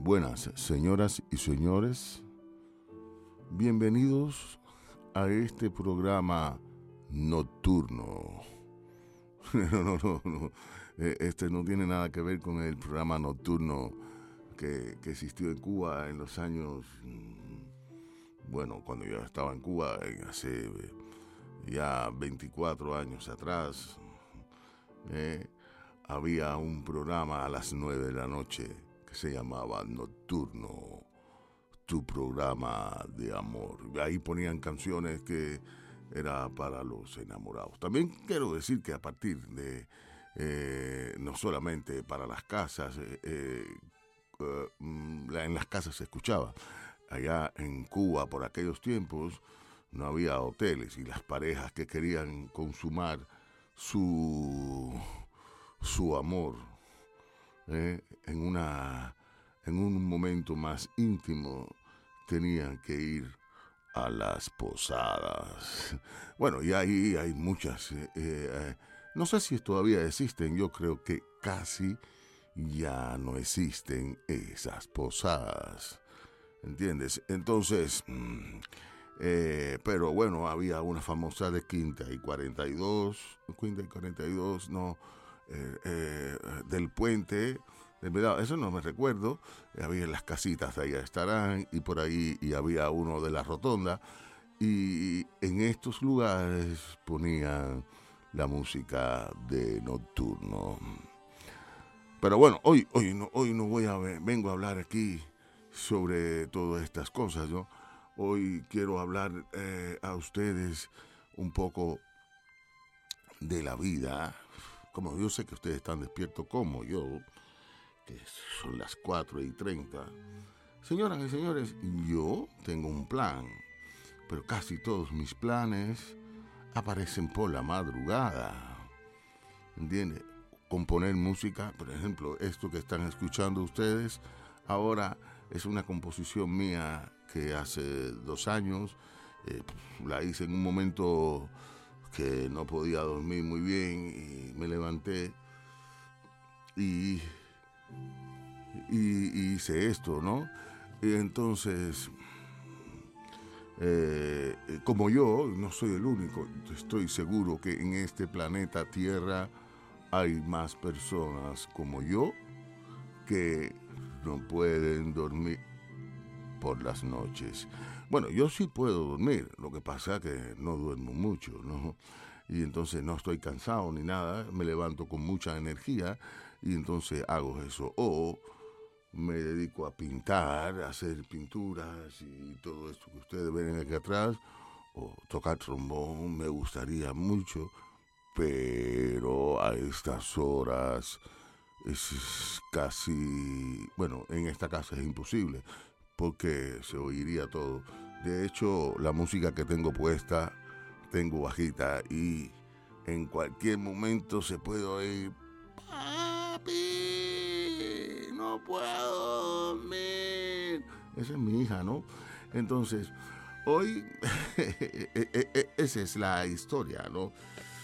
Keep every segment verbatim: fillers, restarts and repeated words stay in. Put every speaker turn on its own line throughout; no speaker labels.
Buenas, señoras y señores. Bienvenidos a este programa nocturno. No, no, no, no. Este no tiene nada que ver con el programa nocturno que, que existió en Cuba en los años, bueno, cuando yo estaba en Cuba, hace ya veinticuatro años atrás. Eh, había un programa a las nueve de la noche que se llamaba Nocturno, tu programa de amor. Ahí ponían canciones que era para los enamorados. También quiero decir que a partir de, eh, no solamente para las casas, eh, eh, uh, en las casas se escuchaba. Allá en Cuba, por aquellos tiempos, no había hoteles y las parejas que querían consumar su, su amor eh, en, una, en un momento más íntimo tenían que ir a las posadas. Bueno, y ahí hay muchas, eh, eh, no sé si todavía existen, yo creo que casi ya no existen esas posadas, ¿entiendes? Entonces, eh, pero bueno, había una famosa de Quinta y cuarenta y dos, Quinta y cuarenta y dos, no, eh, eh, del Puente. De verdad, eso no me recuerdo. Había las casitas de allá estarán y por ahí y había uno de la Rotonda y en estos lugares ponían la música de nocturno. Pero bueno, hoy hoy no hoy no voy a vengo a hablar aquí sobre todas estas cosas, ¿no? Hoy quiero hablar eh, a ustedes un poco de la vida. Como yo sé que ustedes están despiertos como yo, que son las cuatro y treinta. Señoras y señores, yo tengo un plan, pero casi todos mis planes aparecen por la madrugada. ¿Entiende? Componer música, por ejemplo, esto que están escuchando ustedes, ahora es una composición mía que hace dos años, eh, la hice en un momento que no podía dormir muy bien y me levanté y... Y hice esto, ¿no? Y entonces, eh, como yo, no soy el único, estoy seguro que en este planeta Tierra hay más personas como yo que no pueden dormir por las noches. Bueno, yo sí puedo dormir, lo que pasa es que no duermo mucho, ¿no? Y entonces no estoy cansado ni nada, me levanto con mucha energía y entonces hago eso. O me dedico a pintar, a hacer pinturas y todo esto que ustedes ven aquí atrás, o tocar trombón, me gustaría mucho, pero a estas horas es casi, bueno, en esta casa es imposible, porque se oiría todo. De hecho, la música que tengo puesta, tengo bajita y en cualquier momento se puede oír, papi, no puedo dormir. Esa es mi hija, ¿no? Entonces, hoy, esa es la historia, ¿no?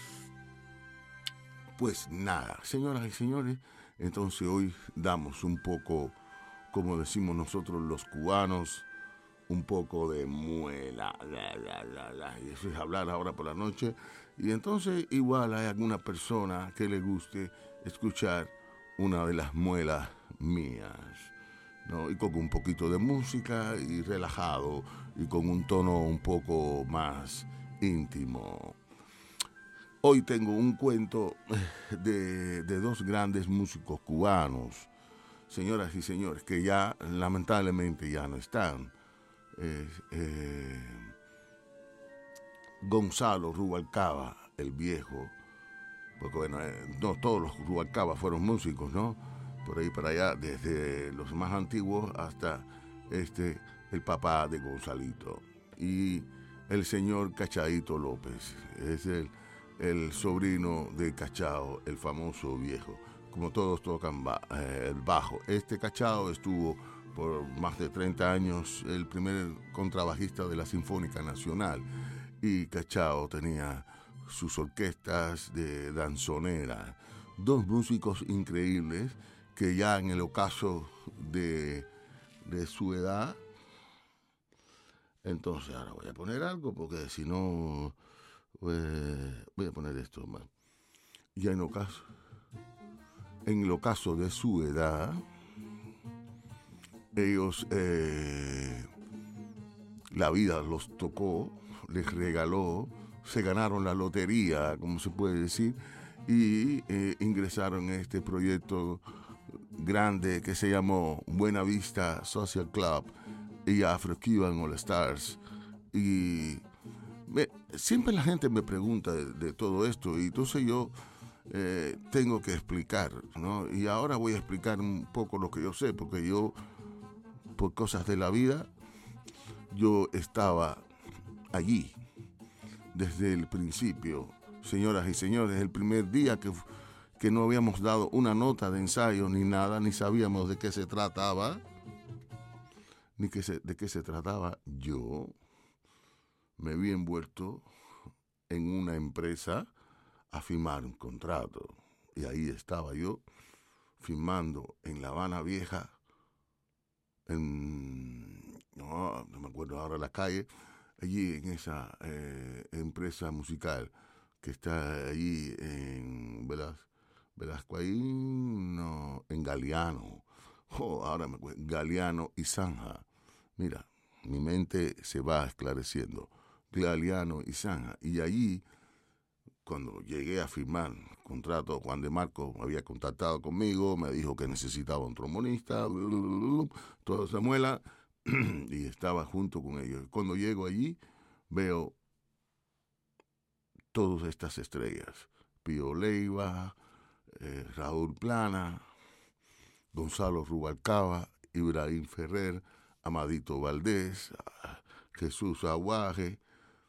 Pues nada, señoras y señores, entonces hoy damos un poco, como decimos nosotros los cubanos, un poco de muela, la, la, la, la, y eso es hablar ahora por la noche. Y entonces igual hay alguna persona que le guste escuchar una de las muelas mías, ¿no? Y con un poquito de música y relajado y con un tono un poco más íntimo. Hoy tengo un cuento de, de dos grandes músicos cubanos, señoras y señores, que ya lamentablemente ya no están. Eh, eh, Gonzalo Rubalcaba, el viejo, porque bueno, eh, no todos los Rubalcaba fueron músicos, ¿no? Por ahí para allá, desde los más antiguos hasta este, el papá de Gonzalito. Y el señor Cachaito López, es el, el sobrino de Cachao, el famoso viejo. Como todos tocan ba- eh, el bajo. Este Cachao estuvo por más de treinta años el primer contrabajista de la Sinfónica Nacional, y Cachao tenía sus orquestas de danzonera, dos músicos increíbles que ya en el ocaso de, de su edad. Entonces ahora voy a poner algo porque si no, pues, voy a poner esto más. Ya en lo caso, en lo caso de su edad, ellos, eh, la vida los tocó, les regaló, se ganaron la lotería, como se puede decir, y eh, ingresaron en este proyecto grande que se llamó Buena Vista Social Club y Afro-Cuban All Stars. Y me, siempre la gente me pregunta de, de todo esto, y entonces yo eh, tengo que explicar, ¿no? Y ahora voy a explicar un poco lo que yo sé, porque yo, por cosas de la vida, yo estaba allí desde el principio. Señoras y señores, el primer día que, que no habíamos dado una nota de ensayo ni nada, ni sabíamos de qué se trataba, ni que se, de qué se trataba, yo me vi envuelto en una empresa a firmar un contrato. Y ahí estaba yo firmando en La Habana Vieja, en, no, no me acuerdo ahora la calle, allí en esa eh, empresa musical que está allí en Velas, Velasco, ahí, no, en Galeano. Oh, ahora me acuerdo, Galeano y Zanja. Mira, mi mente se va esclareciendo. Galeano y Zanja. Y allí, cuando llegué a firmar el contrato, Juan de Marco me había contactado conmigo, me dijo que necesitaba un trombonista, todo se muela, y estaba junto con ellos. Cuando llego allí, veo todas estas estrellas. Pío Leiva, eh, Raúl Plana, Gonzalo Rubalcaba, Ibrahim Ferrer, Amadito Valdés, Jesús Aguaje,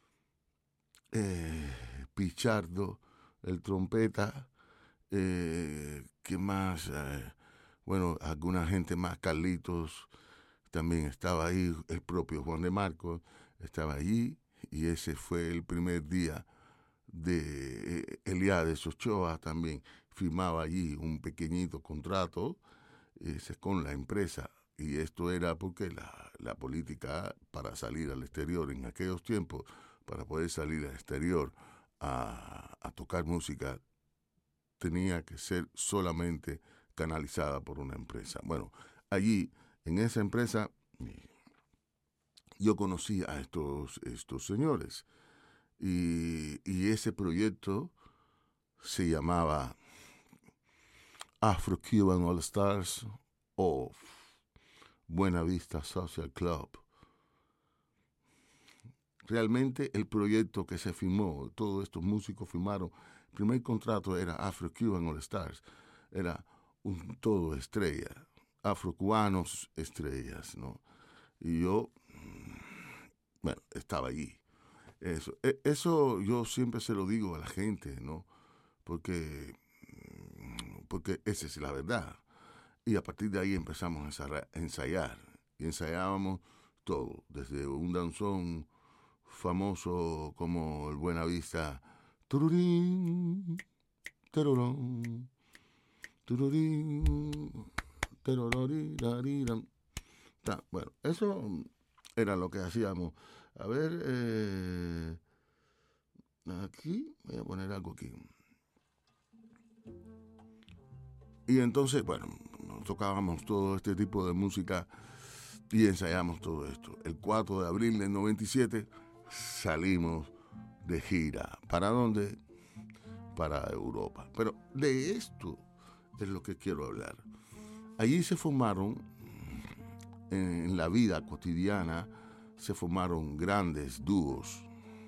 eh, Pichardo, el trompeta, eh, ¿qué más? Eh, bueno, alguna gente más, Carlitos también estaba ahí, el propio Juan de Marcos estaba allí, y ese fue el primer día de eh, Eliades Ochoa, también firmaba allí un pequeñito contrato ese, con la empresa, y esto era porque la, la política para salir al exterior en aquellos tiempos, para poder salir al exterior a, a tocar música, tenía que ser solamente canalizada por una empresa. Bueno, allí, en esa empresa, yo conocí a estos, estos señores, y, y ese proyecto se llamaba Afro-Cuban All Stars o Buena Vista Social Club. Realmente el proyecto que se firmó, todos estos músicos firmaron, el primer contrato era Afro-Cuban All Stars, era un todo estrella, afrocubanos estrellas, ¿no? Y yo, bueno, estaba allí. Eso, eso yo siempre se lo digo a la gente, ¿no? Porque, porque esa es la verdad. Y a partir de ahí empezamos a ensayar. Y ensayábamos todo, desde un danzón famoso como el Buena Vista, tururín, terorón, tururín, terororiran. Bueno, eso era lo que hacíamos. A ver, eh, aquí, voy a poner algo aquí. Y entonces, bueno, tocábamos todo este tipo de música y ensayamos todo esto. El cuatro de abril del noventa y siete salimos de gira. ¿Para dónde? Para Europa. Pero de esto es lo que quiero hablar. Allí se formaron, en la vida cotidiana, se formaron grandes dúos.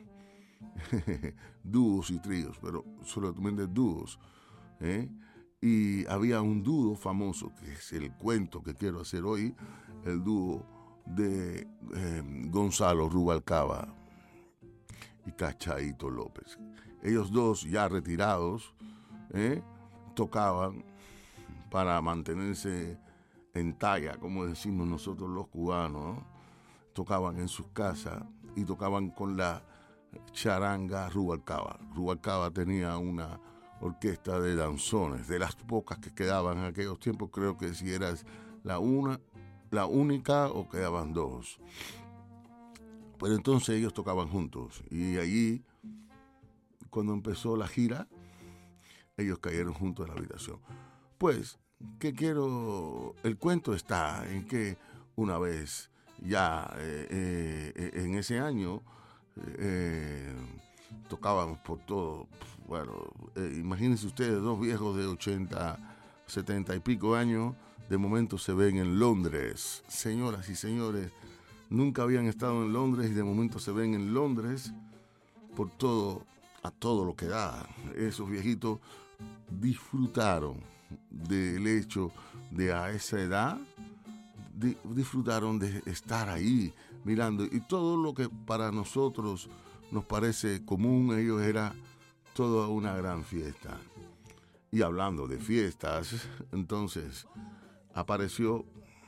Dúos y tríos, pero solamente dúos. ¿eh? Y había un dúo famoso, que es el cuento que quiero hacer hoy, el dúo de eh, Gonzalo Rubalcaba y Cachaito López. Ellos dos, ya retirados, ¿eh? tocaban para mantenerse en talla, como decimos nosotros los cubanos, ¿no? Tocaban en sus casas y tocaban con la charanga Rubalcaba. Rubalcaba tenía una orquesta de danzones, de las pocas que quedaban en aquellos tiempos, creo que si era la una la única o quedaban dos. Pero entonces ellos tocaban juntos y allí, cuando empezó la gira, ellos cayeron juntos en la habitación. Pues, ¿qué quiero? El cuento está en que una vez ya eh, eh, en ese año eh, tocábamos por todo. Bueno, eh, imagínense ustedes, dos viejos de ochenta, setenta y pico años, de momento se ven en Londres. Señoras y señores, nunca habían estado en Londres y de momento se ven en Londres por todo, a todo lo que da. Esos viejitos disfrutaron del hecho de a esa edad, di, disfrutaron de estar ahí mirando. Y todo lo que para nosotros nos parece común, ellos era toda una gran fiesta. Y hablando de fiestas, entonces apareció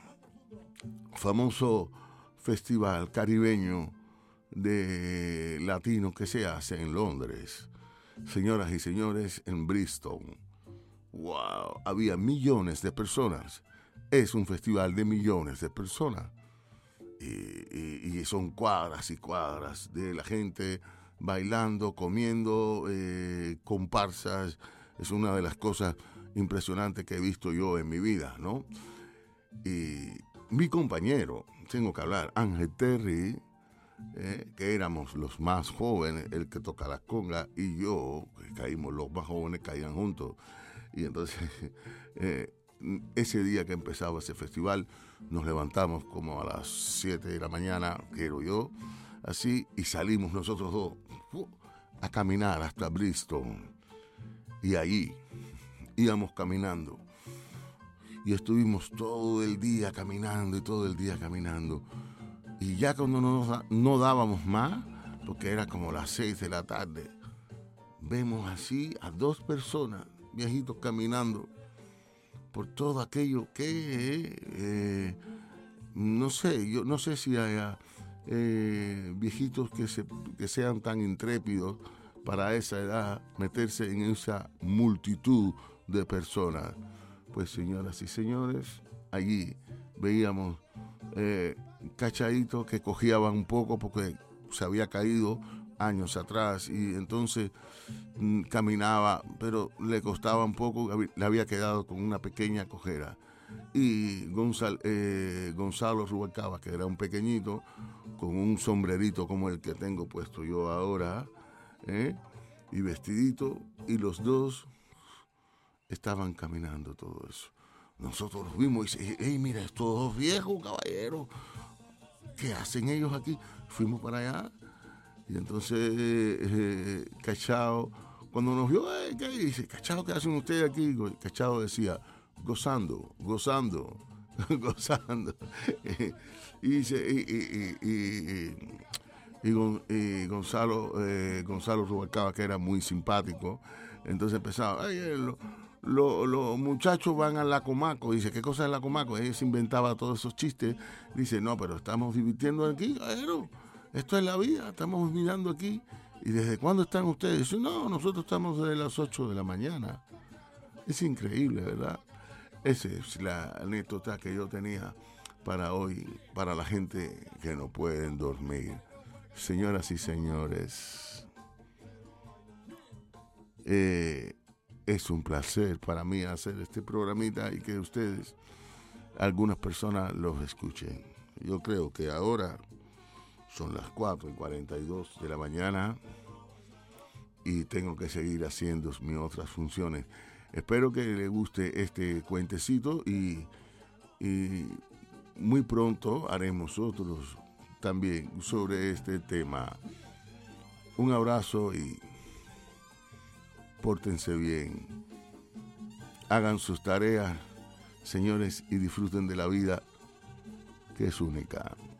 famoso festival caribeño de latino que se hace en Londres. Señoras y señores, en Bristol. ¡Wow! Había millones de personas. Es un festival de millones de personas. Y, y, y son cuadras y cuadras de la gente bailando, comiendo, eh, comparsas. Es una de las cosas impresionantes que he visto yo en mi vida, ¿no? Y mi compañero, tengo que hablar, Ángel Terry, eh, que éramos los más jóvenes, el que toca la conga, y yo, que caímos, los más jóvenes caían juntos. Y entonces, eh, ese día que empezaba ese festival, nos levantamos como a las siete de la mañana, quiero yo, así, y salimos nosotros dos uh, a caminar hasta Bristol. Y allí íbamos caminando. Y estuvimos todo el día caminando y todo el día caminando. Y ya cuando no, no dábamos más, porque era como las seis de la tarde, vemos así a dos personas, viejitos, caminando por todo aquello que, eh, no sé, yo no sé si haya eh, viejitos que, se, que sean tan intrépidos para esa edad, meterse en esa multitud de personas. Pues, señoras y señores, allí veíamos eh, cachaditos que cojeaban un poco porque se había caído años atrás y entonces mm, caminaba, pero le costaba un poco, le había quedado con una pequeña cojera. Y Gonzalo, eh, Gonzalo Rubalcaba, que era un pequeñito, con un sombrerito como el que tengo puesto yo ahora, ¿eh? y vestidito, y los dos estaban caminando todo eso. Nosotros los vimos y dijimos, hey, mira, estos dos viejos caballeros, ¿qué hacen ellos aquí? Fuimos para allá y entonces eh, Cachao, cuando nos vio, eh, ¿qué dice? Cachao, ¿qué hacen ustedes aquí? Cachao decía, gozando, gozando, gozando. y dice, y, y, y, y, y, y Gonzalo, eh, Gonzalo Rubalcaba, que era muy simpático, entonces empezaba, ay, eh, lo, Los lo muchachos van a la Comaco. Dice, ¿qué cosa es la Comaco? Ella se inventaba todos esos chistes. Dice, no, pero estamos divirtiendo aquí, caballero. Esto es la vida, estamos mirando aquí. ¿Y desde cuándo están ustedes? Dice, no, nosotros estamos desde las ocho de la mañana. Es increíble, ¿verdad? Esa es la anécdota que yo tenía para hoy, para la gente que no pueden dormir. Señoras y señores, eh... es un placer para mí hacer este programita y que ustedes, algunas personas, los escuchen. Yo creo que ahora son las cuatro y cuarenta y dos de la mañana y tengo que seguir haciendo mis otras funciones. Espero que les guste este cuentecito y, y muy pronto haremos otros también sobre este tema. Un abrazo y pórtense bien, hagan sus tareas, señores, y disfruten de la vida, que es única.